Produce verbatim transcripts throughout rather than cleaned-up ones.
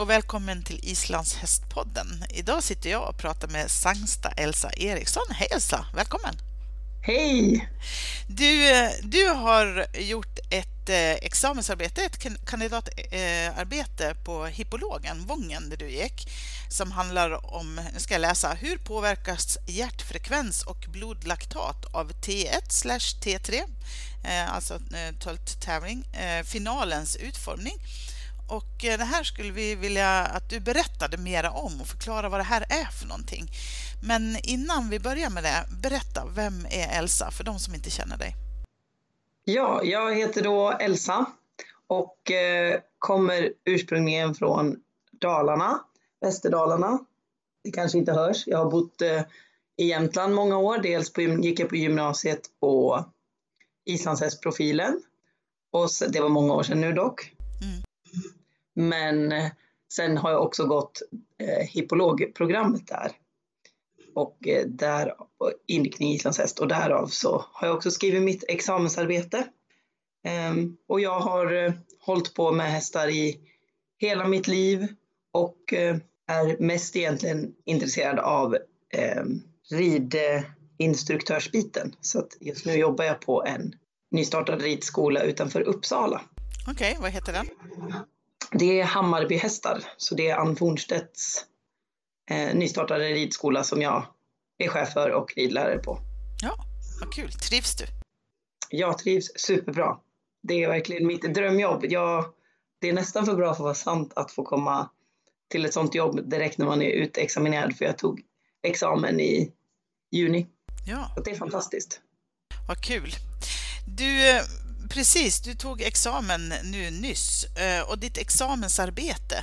och välkommen till Islands hästpodden. Idag sitter jag och pratar med Sangsta Elsa Eriksson. Hej Elsa, välkommen! Hej! Du, du har gjort ett eh, examensarbete, ett kandidatarbete eh, på hippologen, Vången, där du gick, som handlar om, nu ska jag läsa, hur påverkas hjärtfrekvens och blodlaktat av T ett slash T tre, eh, alltså eh, tölttävling, eh, finalens utformning. Och det här skulle vi vilja att du berättade mera om och förklara vad det här är för någonting. Men innan vi börjar med det, berätta, vem är Elsa för de som inte känner dig? Ja, jag heter då Elsa och eh, kommer ursprungligen från Dalarna, Västerdalarna. Det kanske inte hörs. Jag har bott eh, i Jämtland många år. Dels på, gick jag på gymnasiet på Islandshästprofilen. Och så, det var många år sedan nu dock. Mm. Men eh, sen har jag också gått eh, hippologprogrammet där. Och eh, där inriktning i islandshäst, och därav så har jag också skrivit mitt examensarbete. Ehm, och jag har eh, hållit på med hästar i hela mitt liv och eh, är mest egentligen intresserad av eh, ridinstruktörsbiten. Så att just nu jobbar jag på en nystartad ridskola utanför Uppsala. Okej, okay, vad heter den? Det är Hammarbyhästar, så det är Ann Fornstedts eh, nystartade ridskola som jag är chef för och ridlärare på. Ja, vad kul. Trivs du? Jag trivs superbra. Det är verkligen mitt drömjobb. Jag, det är nästan för bra för att vara sant att få komma till ett sånt jobb direkt när man är utexaminerad, för jag tog examen i juni. Ja. Så det är fantastiskt. Vad kul. Du, precis, du tog examen nu nyss och ditt examensarbete.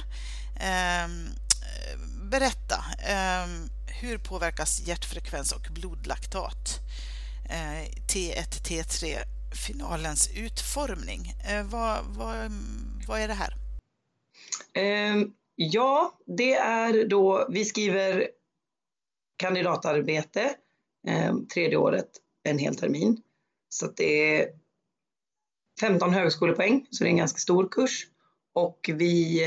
Berätta, hur påverkas hjärtfrekvens och blodlaktat? T ett T tre finalens utformning. Vad, vad, vad är det här? Ja, det är då, vi skriver kandidatarbete tredje året, en hel termin. Så det är femton högskolepoäng, så det är en ganska stor kurs. Och vi,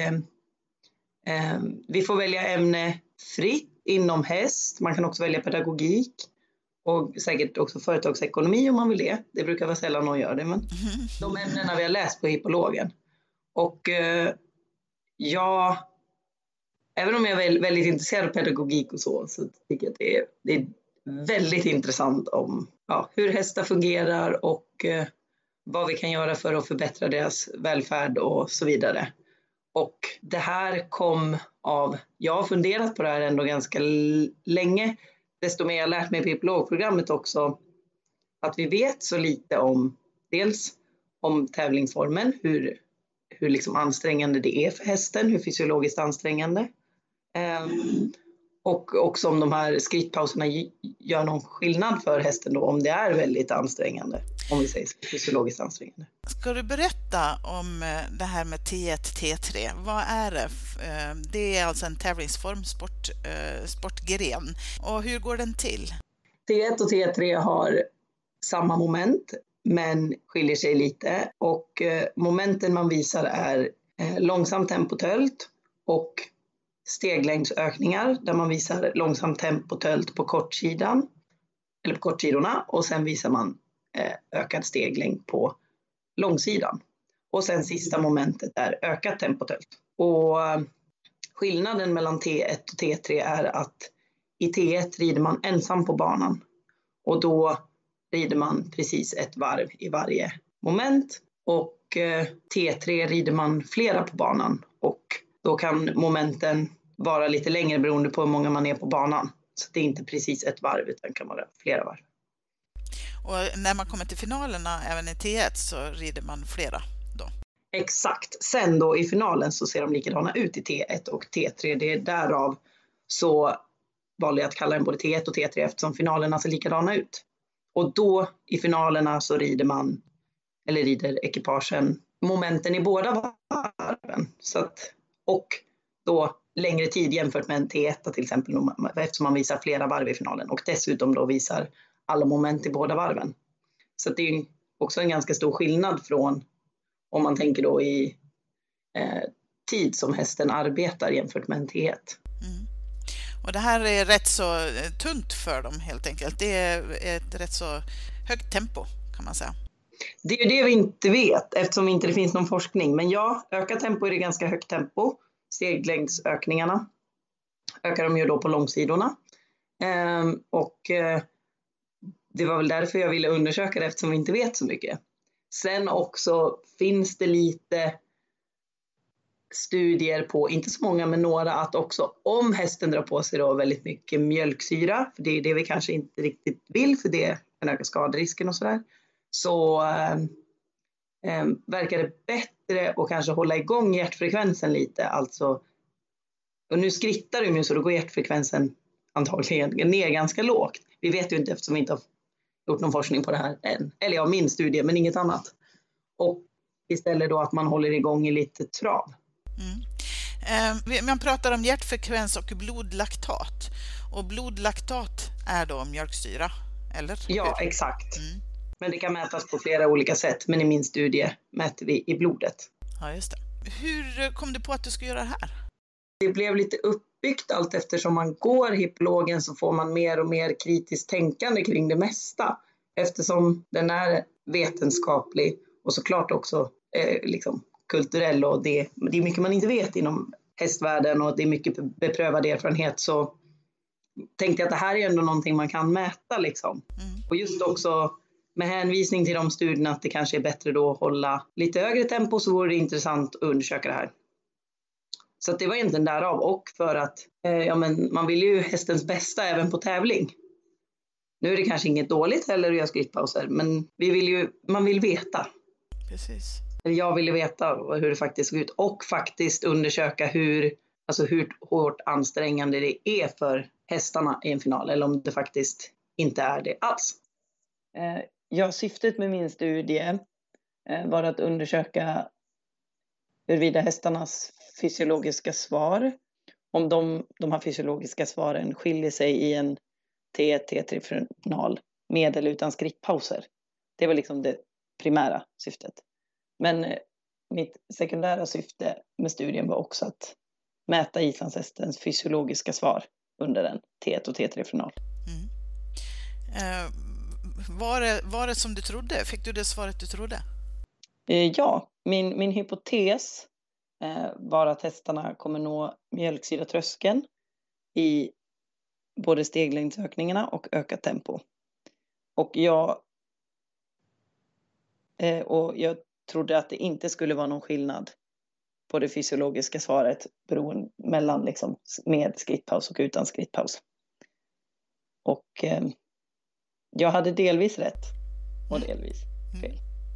eh, vi får välja ämne fritt inom häst. Man kan också välja pedagogik och säkert också företagsekonomi om man vill det. Det brukar vara sällan någon gör det, men de ämnena vi har läst på hippologen. Och eh, jag, även om jag är väldigt intresserad av pedagogik och så, så tycker jag att det är, det är väldigt intressant om ja, hur hästar fungerar och eh, vad vi kan göra för att förbättra deras välfärd och så vidare. Och det här kom av, jag har funderat på det här ändå ganska l- länge, desto mer jag har lärt mig på hippologprogrammet också, att vi vet så lite om, dels om tävlingsformen, hur, hur liksom ansträngande det är för hästen, hur fysiologiskt ansträngande. Um, Och också om de här skrittpauserna gör någon skillnad för hästen då, om det är väldigt ansträngande, om vi säger fysiologiskt ansträngande. Ska du berätta om det här med T ett T tre? Vad är det? Det är alltså en tävlingsform, sport, sportgren. Och hur går den till? T ett och T tre har samma moment, men skiljer sig lite. Och momenten man visar är långsam tempotölt och steglängdsökningar där man visar långsamt tempotölt på kortsidan eller på kortsidorna, och sen visar man eh, ökad steglängd på långsidan. Och sen sista momentet är ökat tempotölt. Och eh, skillnaden mellan T ett och T tre är att i T ett rider man ensam på banan, och då rider man precis ett varv i varje moment, och eh, T tre rider man flera på banan, och då kan momenten vara lite längre beroende på hur många man är på banan. Så det är inte precis ett varv utan kan vara flera varv. Och när man kommer till finalerna även i T ett så rider man flera då? Exakt. Sen då i finalen så ser de likadana ut i T ett och T tre. Det är därav så valde jag att kalla den både T ett och T tre eftersom finalerna ser likadana ut. Och då i finalerna så rider man, eller rider ekipagen, momenten i båda varven. Så att, och då längre tid jämfört med en T ett till exempel, eftersom man visar flera varv i finalen och dessutom då visar alla moment i båda varven. Så det är också en ganska stor skillnad från om man tänker då i eh, tid som hästen arbetar jämfört med en T ett. Mm. Och det här är rätt så tungt för dem helt enkelt. Det är ett rätt så högt tempo kan man säga. Det är det vi inte vet eftersom inte det finns någon forskning. Men ja, ökar tempo är det ganska högt tempo. Steglängdsökningarna ökar de ju då på långsidorna. Ehm, och eh, det var väl därför jag ville undersöka det eftersom vi inte vet så mycket. Sen också finns det lite studier på, inte så många men några, att också om hästen drar på sig då väldigt mycket mjölksyra, för det är det vi kanske inte riktigt vill för det kan öka skaderisken och sådär, så äh, äh, verkar det bättre att kanske hålla igång hjärtfrekvensen lite, alltså, och nu skrittar de ju så då går hjärtfrekvensen antagligen ner ganska lågt. Vi vet ju inte eftersom vi inte har gjort någon forskning på det här än, eller ja, min studie men inget annat. Och istället då att man håller igång i lite trav. Mm. Eh, man pratar om hjärtfrekvens och blodlaktat. Och blodlaktat är då mjölksyra, eller? Ja, exakt. Mm. Men det kan mätas på flera olika sätt. Men i min studie mäter vi i blodet. Ja, just det. Hur kom du på att du ska göra det här? Det blev lite uppbyggt allt eftersom man går hippologen så får man mer och mer kritiskt tänkande kring det mesta. Eftersom den är vetenskaplig och såklart också eh, liksom kulturell och det, det är mycket man inte vet inom hästvärlden och det är mycket beprövad erfarenhet, så tänkte jag att det här är ändå någonting man kan mäta liksom. Mm. Och just också med hänvisning till de studierna att det kanske är bättre då att hålla lite högre tempo, så vore det intressant att undersöka det här. Så att det var egentligen därav, och för att eh, ja, men man vill ju hästens bästa även på tävling. Nu är det kanske inget dåligt heller att göra skrittpauser, men vi vill ju, man vill veta. Precis. Jag ville veta hur det faktiskt såg ut och faktiskt undersöka hur, alltså hur hårt ansträngande det är för hästarna i en final, eller om det faktiskt inte är det alls. Ja, syftet med min studie var att undersöka huruvida hästarnas fysiologiska svar, om de, de här fysiologiska svaren skiljer sig i en T ett T tre-final med eller utan skrittpauser. Det var liksom det primära syftet. Men mitt sekundära syfte med studien var också att mäta islandshästens fysiologiska svar under en T ett och T tre-final. Mm. Eh, var, det, var det som du trodde? Fick du det svaret du trodde? Eh, ja, min, min hypotes eh, var att hästarna kommer nå mjölksyratröskeln i både steglängdsökningarna och ökat tempo. Och jag, eh, och jag trodde att det inte skulle vara någon skillnad på det fysiologiska svaret beroende mellan liksom med skrittpaus och utan skrittpaus. Och eh, jag hade delvis rätt och delvis fel.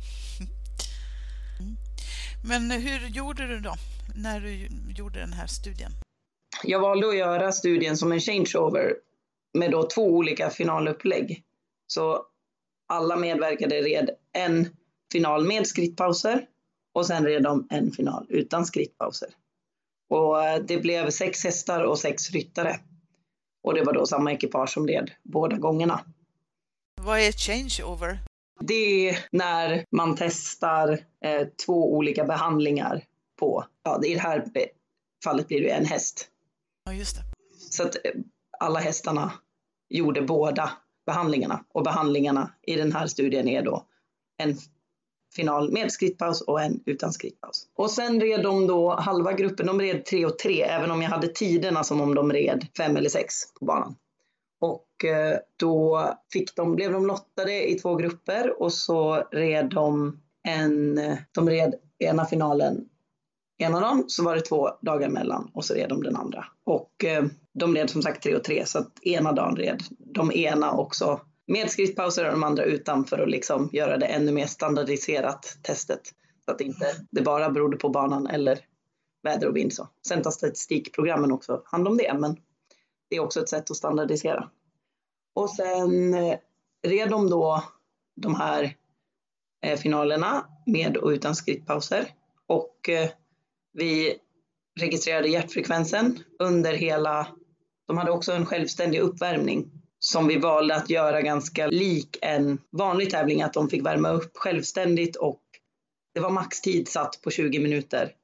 Mm. Men hur gjorde du då när du gjorde den här studien? Jag valde att göra studien som en changeover med då två olika finalupplägg. Så alla medverkade red en final med skrittpauser och sen red de en final utan skrittpauser. Och det blev sex hästar och sex ryttare. Och det var då samma ekipage som red båda gångerna. Vad är changeover? Det är när man testar eh, två olika behandlingar på, ja i det här fallet blir det en häst. Ja, just det. Så att eh, alla hästarna gjorde båda behandlingarna. Och behandlingarna i den här studien är då en final med skrittpaus och en utan skrittpaus. Och sen red de då halva gruppen, de red tre och tre, även om jag hade tiderna som om de red fem eller sex på banan. Och då fick de, blev de lottade i två grupper och så red de en, de red ena finalen ena dagen, så var det två dagar mellan och så red de den andra. Och de red som sagt tre och tre, så att ena dagen red de ena också med skrittpauser och de andra utan, för att liksom göra det ännu mer standardiserat testet. Så att inte det bara berodde på banan eller väder och vind. Så. Sen tar statistikprogrammen också hand om det, men det är också ett sätt att standardisera. Och sen red de då de här finalerna med och utan skrittpauser. Och vi registrerade hjärtfrekvensen under hela, de hade också en självständig uppvärmning som vi valde att göra ganska lik en vanlig tävling, att de fick värma upp självständigt och det var maxtid satt på tjugo minuter.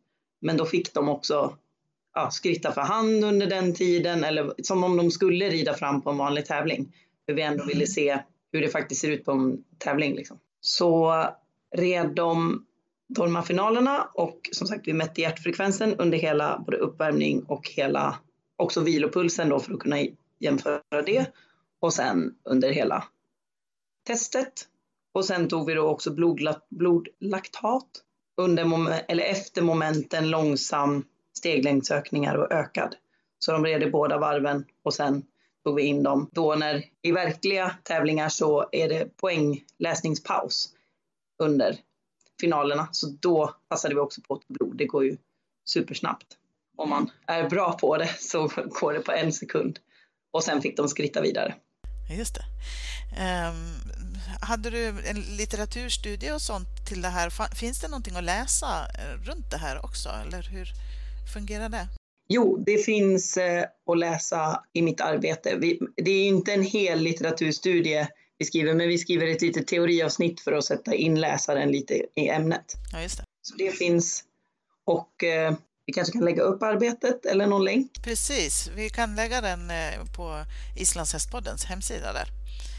Men då fick de också ja, skritta för hand under den tiden, eller som om de skulle rida fram på en vanlig tävling. För vi ändå ville se hur det faktiskt ser ut på en tävling. Liksom. Så red de dolmafinalerna och som sagt vi mätte hjärtfrekvensen under hela både uppvärmning och hela också vilopulsen då för att kunna jämföra det. Och sen under hela testet. Och sen tog vi då också blodla- blodlaktat under mom- eller efter momenten långsam steglängdsökningar och ökad. Så de red i båda varven och sen tog vi in dem. Då när i verkliga tävlingar så är det poängläsningspaus under finalerna. Så då passade vi också på ett blod. Det går ju supersnabbt. Om man är bra på det så går det på en sekund. Och sen fick de skritta vidare. Just det. Um, hade du en litteraturstudie och sånt till det här? Finns det någonting att läsa runt det här också? Eller hur fungerar det? Jo, det finns eh, att läsa i mitt arbete. Vi, det är inte en hel litteraturstudie vi skriver, men vi skriver ett litet teoriavsnitt för att sätta in läsaren lite i ämnet. Ja, just det. Så det finns, och eh, vi kanske kan lägga upp arbetet eller någon länk. Precis, vi kan lägga den eh, på Islandshästpoddens hemsida där.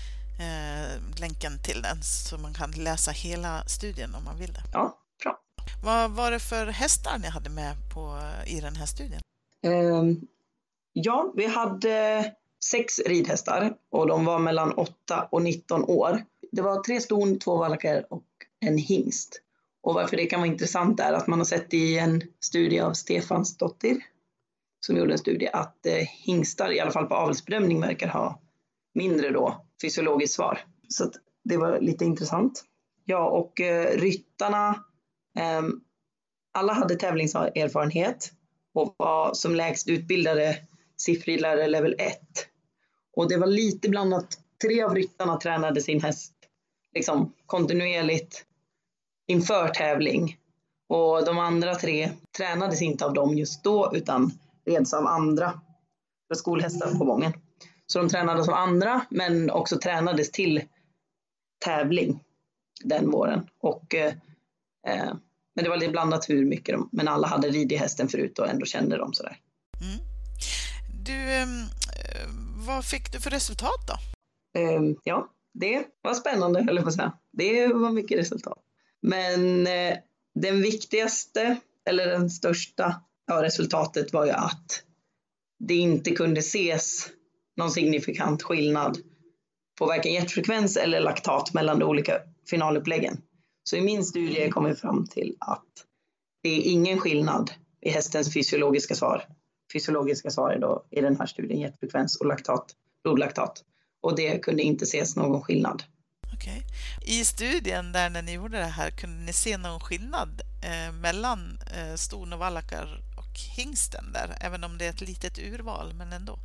Eh, länken till den så man kan läsa hela studien om man vill det. Ja, bra. Vad var det för hästar ni hade med på, i den här studien? Um, ja, vi hade sex ridhästar och de var mellan åtta och nitton år. Det var tre ston, två valacker och en hingst. Och varför det kan vara intressant är att man har sett i en studie av Stefansdottir som gjorde en studie att eh, hingstar i alla fall på avelsbedömning verkar ha mindre då fysiologiskt svar. Så att det var lite intressant. Ja, och eh, ryttarna, eh, alla hade tävlingserfarenhet och var som lägst utbildade siffridlare level ett. Och det var lite blandat. Tre av ryttarna tränade sin häst liksom kontinuerligt inför tävling. Och de andra tre tränades inte av dem just då utan reds av andra för skolhästar på gången. Så de tränades av andra men också tränades till tävling den våren. Och, eh, men det var lite blandat hur mycket de, men alla hade ridit hästen förut och ändå kände de sådär. Mm. Du, eh, vad fick du för resultat då? Eh, ja, det var spännande, eller på att säga. Det var mycket resultat. Men eh, den viktigaste, eller den största ja, resultatet var ju att det inte kunde ses någon signifikant skillnad på varken hjärtfrekvens eller laktat mellan de olika finaluppläggen. Så i min studie kom vi fram till att det är ingen skillnad i hästens fysiologiska svar. Fysiologiska svar är då i den här studien hjärtfrekvens och laktat, blodlaktat. Och det kunde inte ses någon skillnad. Okej. I studien där när ni gjorde det här, kunde ni se någon skillnad eh, mellan eh, ston och vallackar och hingsten där? Även om det är ett litet urval, men ändå.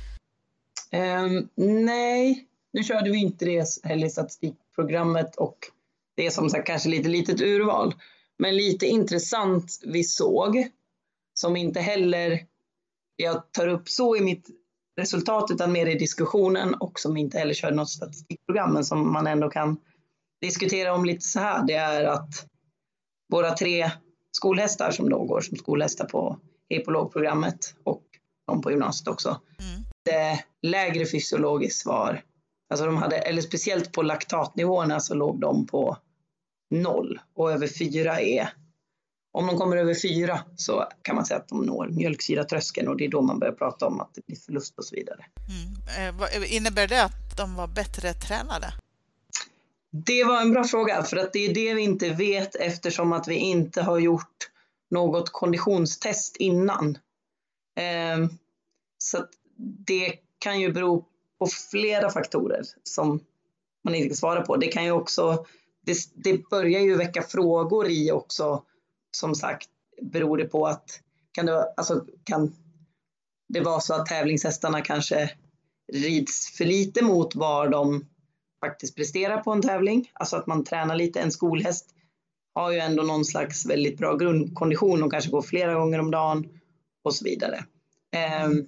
Um, nej, nu körde vi inte det heller i statistikprogrammet och det är som sagt kanske lite litet urval. Men lite intressant vi såg, som inte heller jag tar upp så i mitt resultat utan mer i diskussionen och som inte heller kör något statistikprogram men som man ändå kan diskutera om lite så här. Det är att våra tre skolhästar som då går som skolhästar på hippologprogrammet och de på gymnasiet också. Mm. Det lägre fysiologiskt svar. Alltså de hade, eller speciellt på laktatnivåerna så låg de på noll och över fyra är, om de kommer över fyra så kan man säga att de når mjölksyratröskeln och det är då man börjar prata om att det blir förlust och så vidare. Mm. Eh, vad, innebär det att de var bättre tränade? Det var en bra fråga för att det är det vi inte vet eftersom att vi inte har gjort något konditionstest innan. Eh, så att det kan ju bero på flera faktorer som man inte kan svara på. Det kan ju också, det, det börjar ju väcka frågor i också, som sagt, beror det på att kan det, alltså, kan det vara så att tävlingshästarna kanske rids för lite mot var de faktiskt presterar på en tävling. Alltså att man tränar lite. En skolhäst har ju ändå någon slags väldigt bra grundkondition och kanske går flera gånger om dagen och så vidare. Um,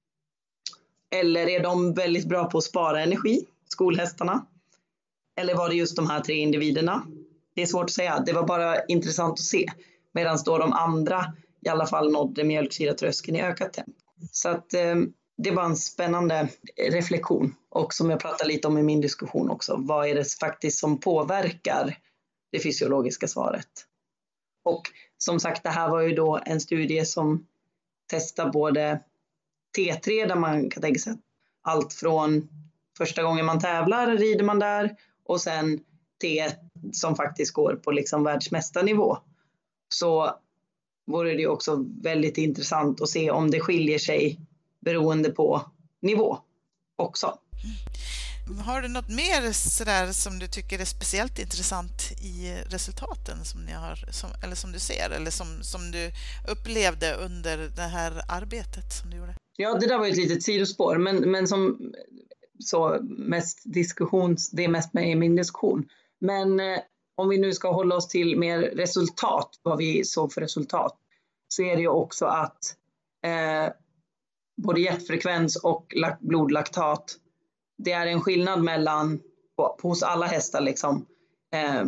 Eller är de väldigt bra på att spara energi, skolhästarna? Eller var det just de här tre individerna? Det är svårt att säga. Det var bara intressant att se. Medan då de andra i alla fall nådde mjölksyratröskeln i ökat tempo. Så att eh, det var en spännande reflektion. Och som jag pratade lite om i min diskussion också. Vad är det faktiskt som påverkar det fysiologiska svaret? Och som sagt, det här var ju då en studie som testar både T tre, där man kan tänka sig att allt från första gången man tävlar rider man där, och sen T ett som faktiskt går på liksom världsmästarnivå. Så vore det också väldigt intressant att se om det skiljer sig beroende på nivå också. Har du något mer sådär som du tycker är speciellt intressant i resultaten som ni har, som, eller som du ser, eller som, som du upplevde under det här arbetet som du gjorde? Ja, det där var ett litet sidospår, men, men som så mest diskussions, det är mest med i min diskussion. Men eh, om vi nu ska hålla oss till mer resultat, vad vi såg för resultat, så är det ju också att eh, både hjärtfrekvens och blodlaktat, det är en skillnad mellan, på, hos alla hästar liksom, eh,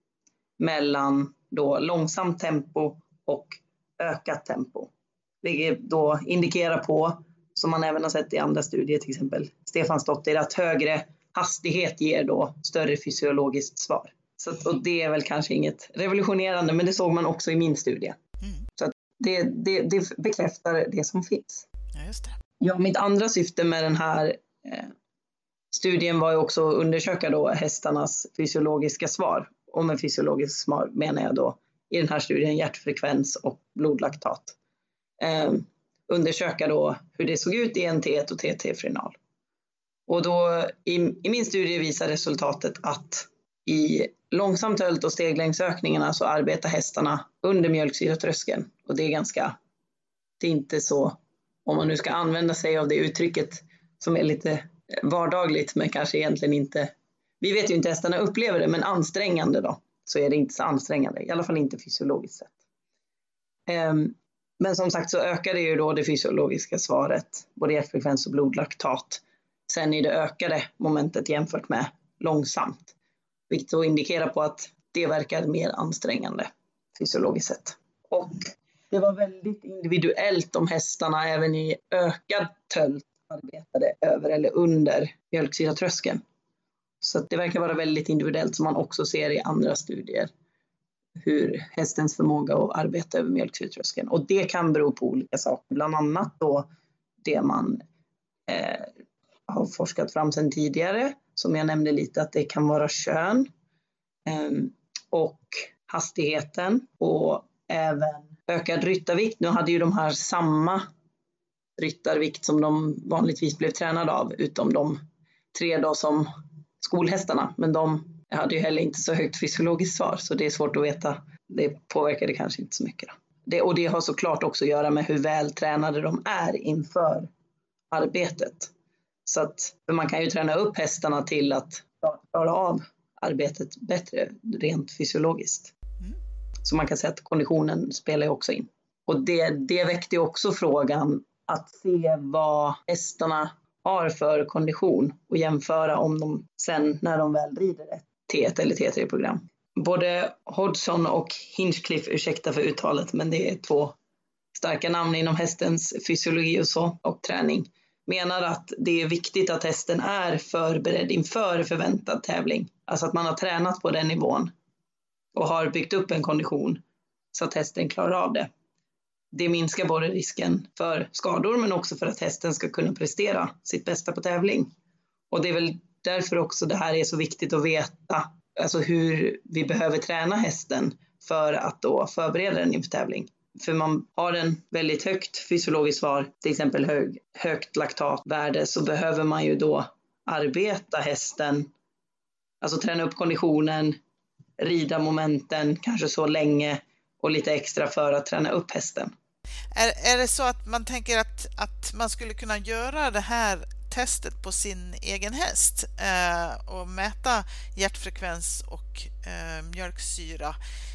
mellan då långsamt tempo och ökat tempo. Vilket då indikerar på, som man även har sett i andra studier, till exempel Stefansdotter, att högre hastighet ger då större fysiologiskt svar. Så, och det är väl kanske inget revolutionerande, men det såg man också i min studie. Mm. Så att det, det, det bekräftar det som finns. Ja, just det. Ja, mitt andra syfte med den här eh, studien var ju också att undersöka då hästarnas fysiologiska svar. Och med fysiologiskt svar menar jag då i den här studien hjärtfrekvens och blodlaktat. Eh, undersöka då hur det såg ut i en T ett och T tre-frenal. Och då i, i min studie visar resultatet att i långsamt hölt och steglängdsökningarna så arbetar hästarna under mjölksyratröskeln. Och det är ganska, det är inte så, om man nu ska använda sig av det uttrycket som är lite vardagligt men kanske egentligen inte, vi vet ju inte hästarna upplever det, men ansträngande då, så är det inte så ansträngande, i alla fall inte fysiologiskt sett. Um, men som sagt så ökar det ju då det fysiologiska svaret, både hjärtfrekvens och blodlaktat, sen i det ökade momentet jämfört med långsamt, vilket då indikerar på att det verkar mer ansträngande fysiologiskt sett. Och det var väldigt individuellt om hästarna även i ökad tölt arbetade över eller under mjölksyratröskeln. Så det verkar vara väldigt individuellt, som man också ser i andra studier, hur hästens förmåga att arbeta över mjölksyratröskeln. Och det kan bero på olika saker, bland annat då det man eh, har forskat fram sedan tidigare, som jag nämnde lite, att det kan vara kön eh, och hastigheten och även ökad ryttarvikt. Nu hade ju de här samma ryttarvikt som de vanligtvis blev tränade av, utom de tre då som skolhästarna, men de hade ju heller inte så högt fysiologiskt svar, så det är svårt att veta. Det påverkar det kanske inte så mycket då. Det, och det har såklart också att göra med hur väl tränade de är inför arbetet. Så att för man kan ju träna upp hästarna till att klara av arbetet bättre rent fysiologiskt. Mm. Så man kan säga att konditionen spelar ju också in. Och det, det väckte också frågan att se vad hästarna har för kondition och jämföra om de sen när de väl rider ett T ett eller T tre-program. Både Hodgson och Hinchcliffe, ursäkta för uttalet, men det är två starka namn inom hästens fysiologi och så och träning, menar att det är viktigt att hästen är förberedd inför förväntad tävling. Alltså att man har tränat på den nivån och har byggt upp en kondition så att hästen klarar av det. Det minskar både risken för skador men också för att hästen ska kunna prestera sitt bästa på tävling. Och det är väl därför också det här är så viktigt att veta, alltså hur vi behöver träna hästen för att då förbereda den inför tävling. För man har en väldigt högt fysiologiskt svar, till exempel hög, högt laktatvärde, så behöver man ju då arbeta hästen, alltså träna upp konditionen, rida momenten kanske så länge och lite extra för att träna upp hästen. Är, är det så att man tänker att, att man skulle kunna göra det här testet på sin egen häst eh, och mäta hjärtfrekvens och eh, mjölksyra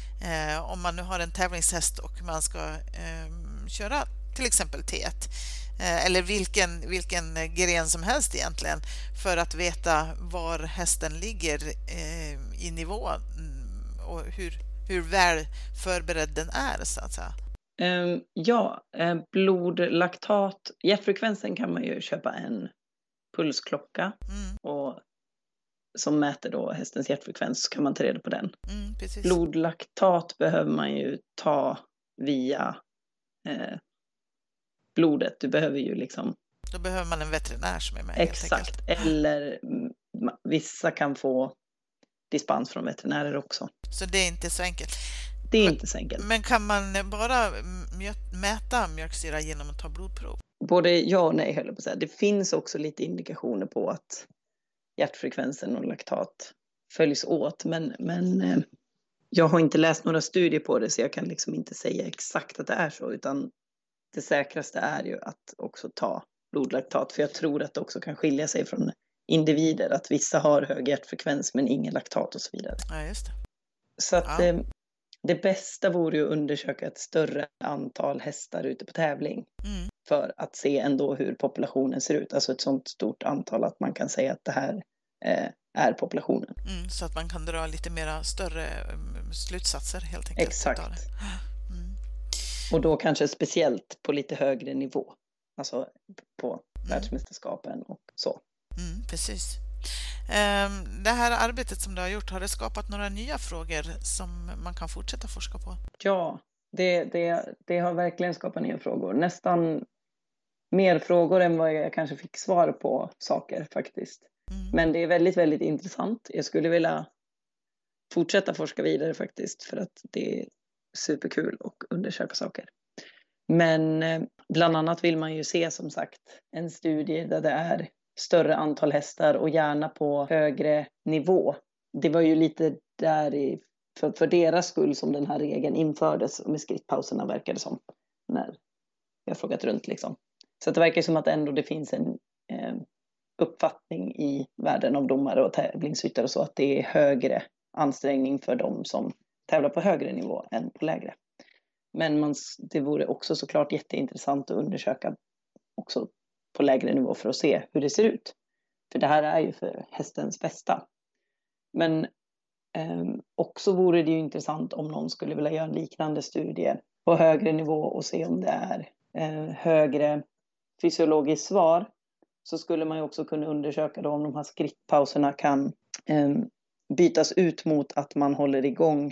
eh, om man nu har en tävlingshäst och man ska eh, köra till exempel T ett eh, eller vilken, vilken gren som helst egentligen, för att veta var hästen ligger eh, i nivå och hur, hur väl förberedd den är, så att säga. Um, ja, eh, blodlaktat, hjärtfrekvensen kan man ju köpa en pulsklocka Mm, och som mäter då hästens hjärtfrekvens, så kan man ta reda på den. mm, precis. Blodlaktat behöver man ju ta via eh, blodet. Du behöver ju liksom... Då behöver man en veterinär som är med. Helt Exakt, enkelt. eller mm, ma- vissa kan få dispens från veterinärer också. Så det är inte så enkelt. Det är Men- inte så enkelt. Men kan man bara mjö- mäta mjölksyra genom att ta blodprov? Både ja och nej, höll jag på att säga. Det finns också lite indikationer på att hjärtfrekvensen och laktat följs åt. Men, men eh, jag har inte läst några studier på det, så jag kan liksom inte säga exakt att det är så. Utan det säkraste är ju att också ta blodlaktat. För jag tror att det också kan skilja sig från individer. Att vissa har hög hjärtfrekvens men ingen laktat och så vidare. Ja, just det. Så att Ja. eh, det bästa vore ju att undersöka ett större antal hästar ute på tävling. Mm. För att se ändå hur populationen ser ut. Alltså ett sånt stort antal att man kan säga att det här eh, är populationen. Mm, så att man kan dra lite mera större um, slutsatser helt enkelt. Exakt. utav det. Mm. Och då kanske speciellt på lite högre nivå. Alltså på Mm. världsmästerskapen och så. Mm, precis. Ehm, Det här arbetet som du har gjort, har det skapat några nya frågor som man kan fortsätta forska på? Ja, det, det, det har verkligen skapat nya frågor. Nästan mer frågor än vad jag kanske fick svar på saker faktiskt. Mm. Men det är väldigt, väldigt intressant. Jag skulle vilja fortsätta forska vidare faktiskt, för att det är superkul att undersöka saker. Men eh, bland annat vill man ju se, som sagt, en studie där det är större antal hästar och gärna på högre nivå. Det var ju lite där i, för, för deras skull som den här regeln infördes med skrittpauserna, verkar det som, när jag har frågat runt liksom. Så att det verkar som att ändå det finns en eh, uppfattning i världen av domare och tävlingsryttare och så, att det är högre ansträngning för dem som tävlar på högre nivå än på lägre. Men man, det vore också såklart jätteintressant att undersöka också på lägre nivå för att se hur det ser ut. För det här är ju för hästens bästa. Men eh, också vore det ju intressant om någon skulle vilja göra en liknande studie på högre nivå och se om det är eh, högre fysiologiskt svar. Så skulle man ju också kunna undersöka då om de här skrittpauserna kan eh, bytas ut mot att man håller igång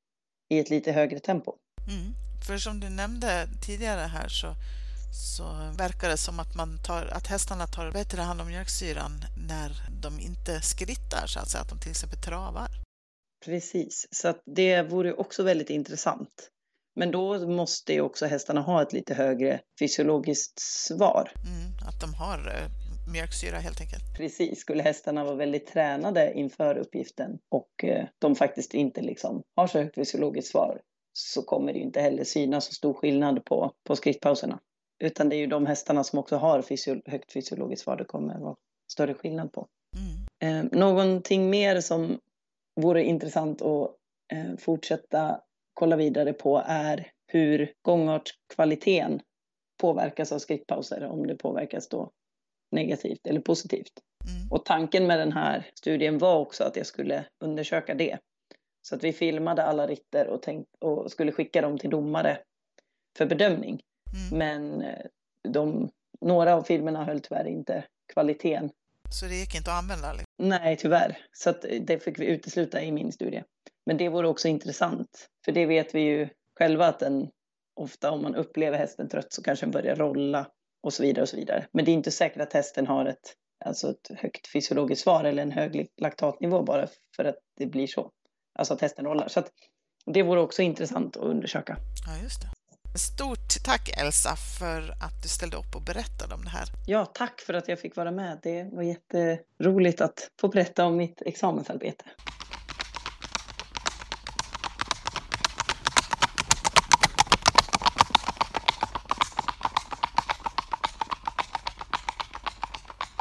i ett lite högre tempo. Mm. För som du nämnde tidigare här så, så verkar det som att, man tar, att hästarna tar bättre hand om mjölksyran när de inte skrittar, så att säga, att de till exempel travar. Precis, så att det vore också väldigt intressant. Men då måste ju också hästarna ha ett lite högre fysiologiskt svar. Mm. Att de har eh, mjölksyra helt enkelt. Precis, skulle hästarna vara väldigt tränade inför uppgiften och eh, de faktiskt inte liksom har så högt fysiologiskt svar, så kommer det ju inte heller synas så stor skillnad på, på skrittpauserna. Utan det är ju de hästarna som också har fysio- högt fysiologiskt svar det kommer vara större skillnad på. Mm. Eh, någonting mer som vore intressant att eh, fortsätta kolla vidare på är hur gångartskvaliteten påverkas av skrittpauser, om det påverkas då negativt eller positivt. Mm. Och tanken med den här studien var också att jag skulle undersöka det. Så att vi filmade alla ritter och, tänkt, och skulle skicka dem till domare för bedömning. Mm. Men de, några av filmerna höll tyvärr inte kvaliteten. Så det gick inte att använda? Liksom. Nej, tyvärr. Så att det fick vi utesluta i min studie. Men det vore också intressant. För det vet vi ju själva att den, ofta om man upplever hästen trött så kanske den börjar rolla och så vidare och så vidare. Men det är inte säkert att hästen har ett, alltså ett högt fysiologiskt svar eller en hög laktatnivå bara för att det blir så. Alltså att hästen rollar. Så att det vore också intressant att undersöka. Ja, just det. Stort tack Elsa för att du ställde upp och berättade om det här. Ja, tack för att jag fick vara med. Det var jätteroligt att få berätta om mitt examensarbete.